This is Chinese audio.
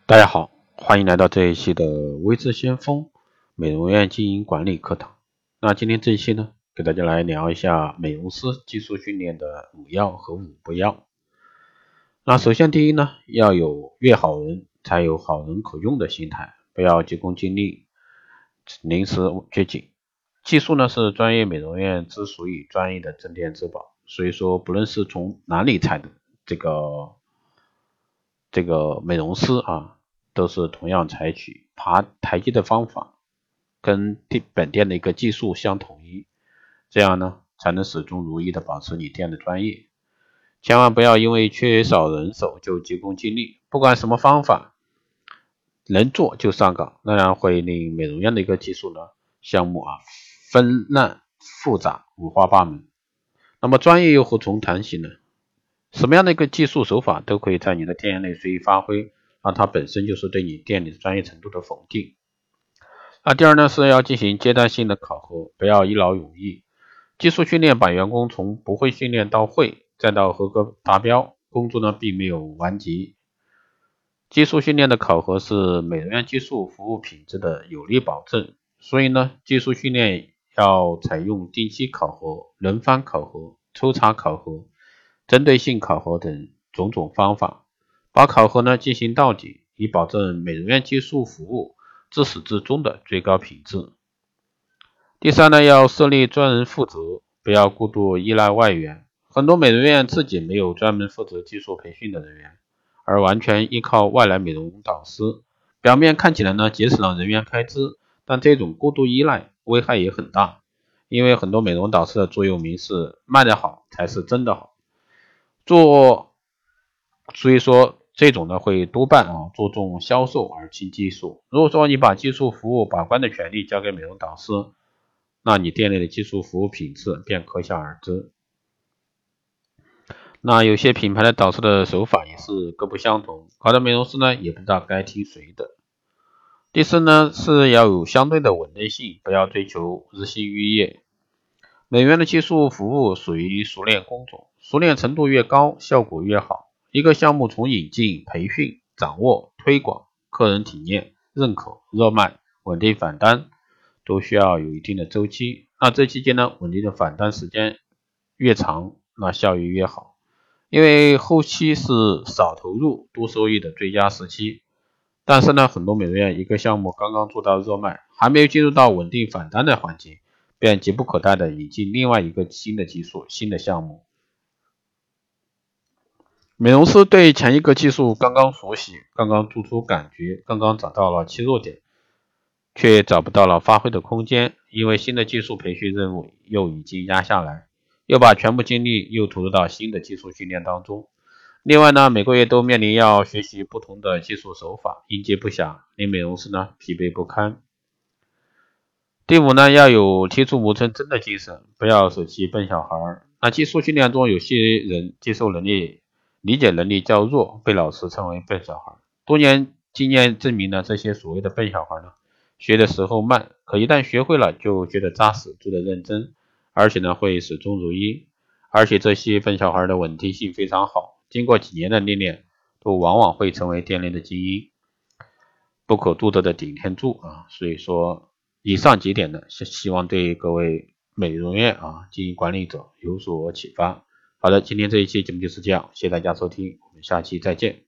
大家好，欢迎来到这一期的微智先锋美容院经营管理课堂。那今天这一期呢，给大家来聊一下美容师技术训练的5要和5不要。那首先第一呢，要有越好人才有好人可用的心态，不要急功近利，临时掘井。技术呢是专业美容院之属于专业的镇店之宝，所以说不论是从哪里采的这个美容师啊，都是同样采取爬台阶的方法，跟本店的一个技术相统一，这样呢才能始终如一的保持你店的专业。千万不要因为缺少人手就急功近利，不管什么方法能做就上岗，那样会令美容院的一个技术呢项目纷乱复杂五花八门。那么专业又何从谈起呢？什么样的一个技术手法都可以在你的店内随意发挥，那它本身就是对你店里的专业程度的否定。那第二呢，是要进行阶段性的考核，不要一劳永逸。技术训练把员工从不会训练到会，再到合格达标，工作呢并没有完结。技术训练的考核是美容院技术服务品质的有力保证，所以呢，技术训练要采用定期考核、轮番考核、抽查考核、针对性考核等种种方法，把考核呢进行到底，以保证美容院技术服务自始至终的最高品质。第三呢，要设立专人负责，不要过度依赖外援。很多美容院自己没有专门负责技术培训的人员，而完全依靠外来美容导师，表面看起来呢节省了人员开支，但这种过度依赖危害也很大，因为很多美容导师的座右铭是卖得好才是真的好，所以说这种呢会多半注重销售而轻技术。如果说你把技术服务把关的权利交给美容导师，那你店内的技术服务品质便可想而知。那有些品牌的导师的手法也是各不相同，搞得美容师呢也不知道该听谁的。第四呢，是要有相对的稳定性，不要追求日新月异。美容院的技术服务属于熟练工种，熟练程度越高，效果越好。一个项目从引进、培训、掌握、推广、客人体验、认可、热卖、稳定返单，都需要有一定的周期。那这期间呢，稳定的返单时间越长，那效益越好。因为后期是少投入多收益的最佳时期。但是呢，很多美容院一个项目刚刚做到热卖，还没有进入到稳定返单的环节，便急不可待的引进另外一个新的技术、新的项目。美容师对前一个技术刚刚熟悉，刚刚做出感觉，刚刚找到了其弱点，却找不到了发挥的空间，因为新的技术培训任务又已经压下来，又把全部精力又投入到新的技术训练当中。另外呢，每个月都面临要学习不同的技术手法，应接不暇，令美容师呢疲惫不堪。第五呢，要有贴出磨成针的精神，不要舍弃笨小孩。那技术训练中有些人接受能力、理解能力较弱，被老师称为笨小孩。多年经验证明呢，这些所谓的笨小孩呢，学的时候慢，可一旦学会了就觉得扎实，做得认真，而且呢会始终如一。而且这些笨小孩的稳定性非常好，经过几年的历练，都往往会成为店内的精英，不可多得的顶天柱所以说以上几点呢，希望对各位美容院经营管理者有所启发。好的，今天这一期节目就是这样，谢谢大家收听，我们下期再见。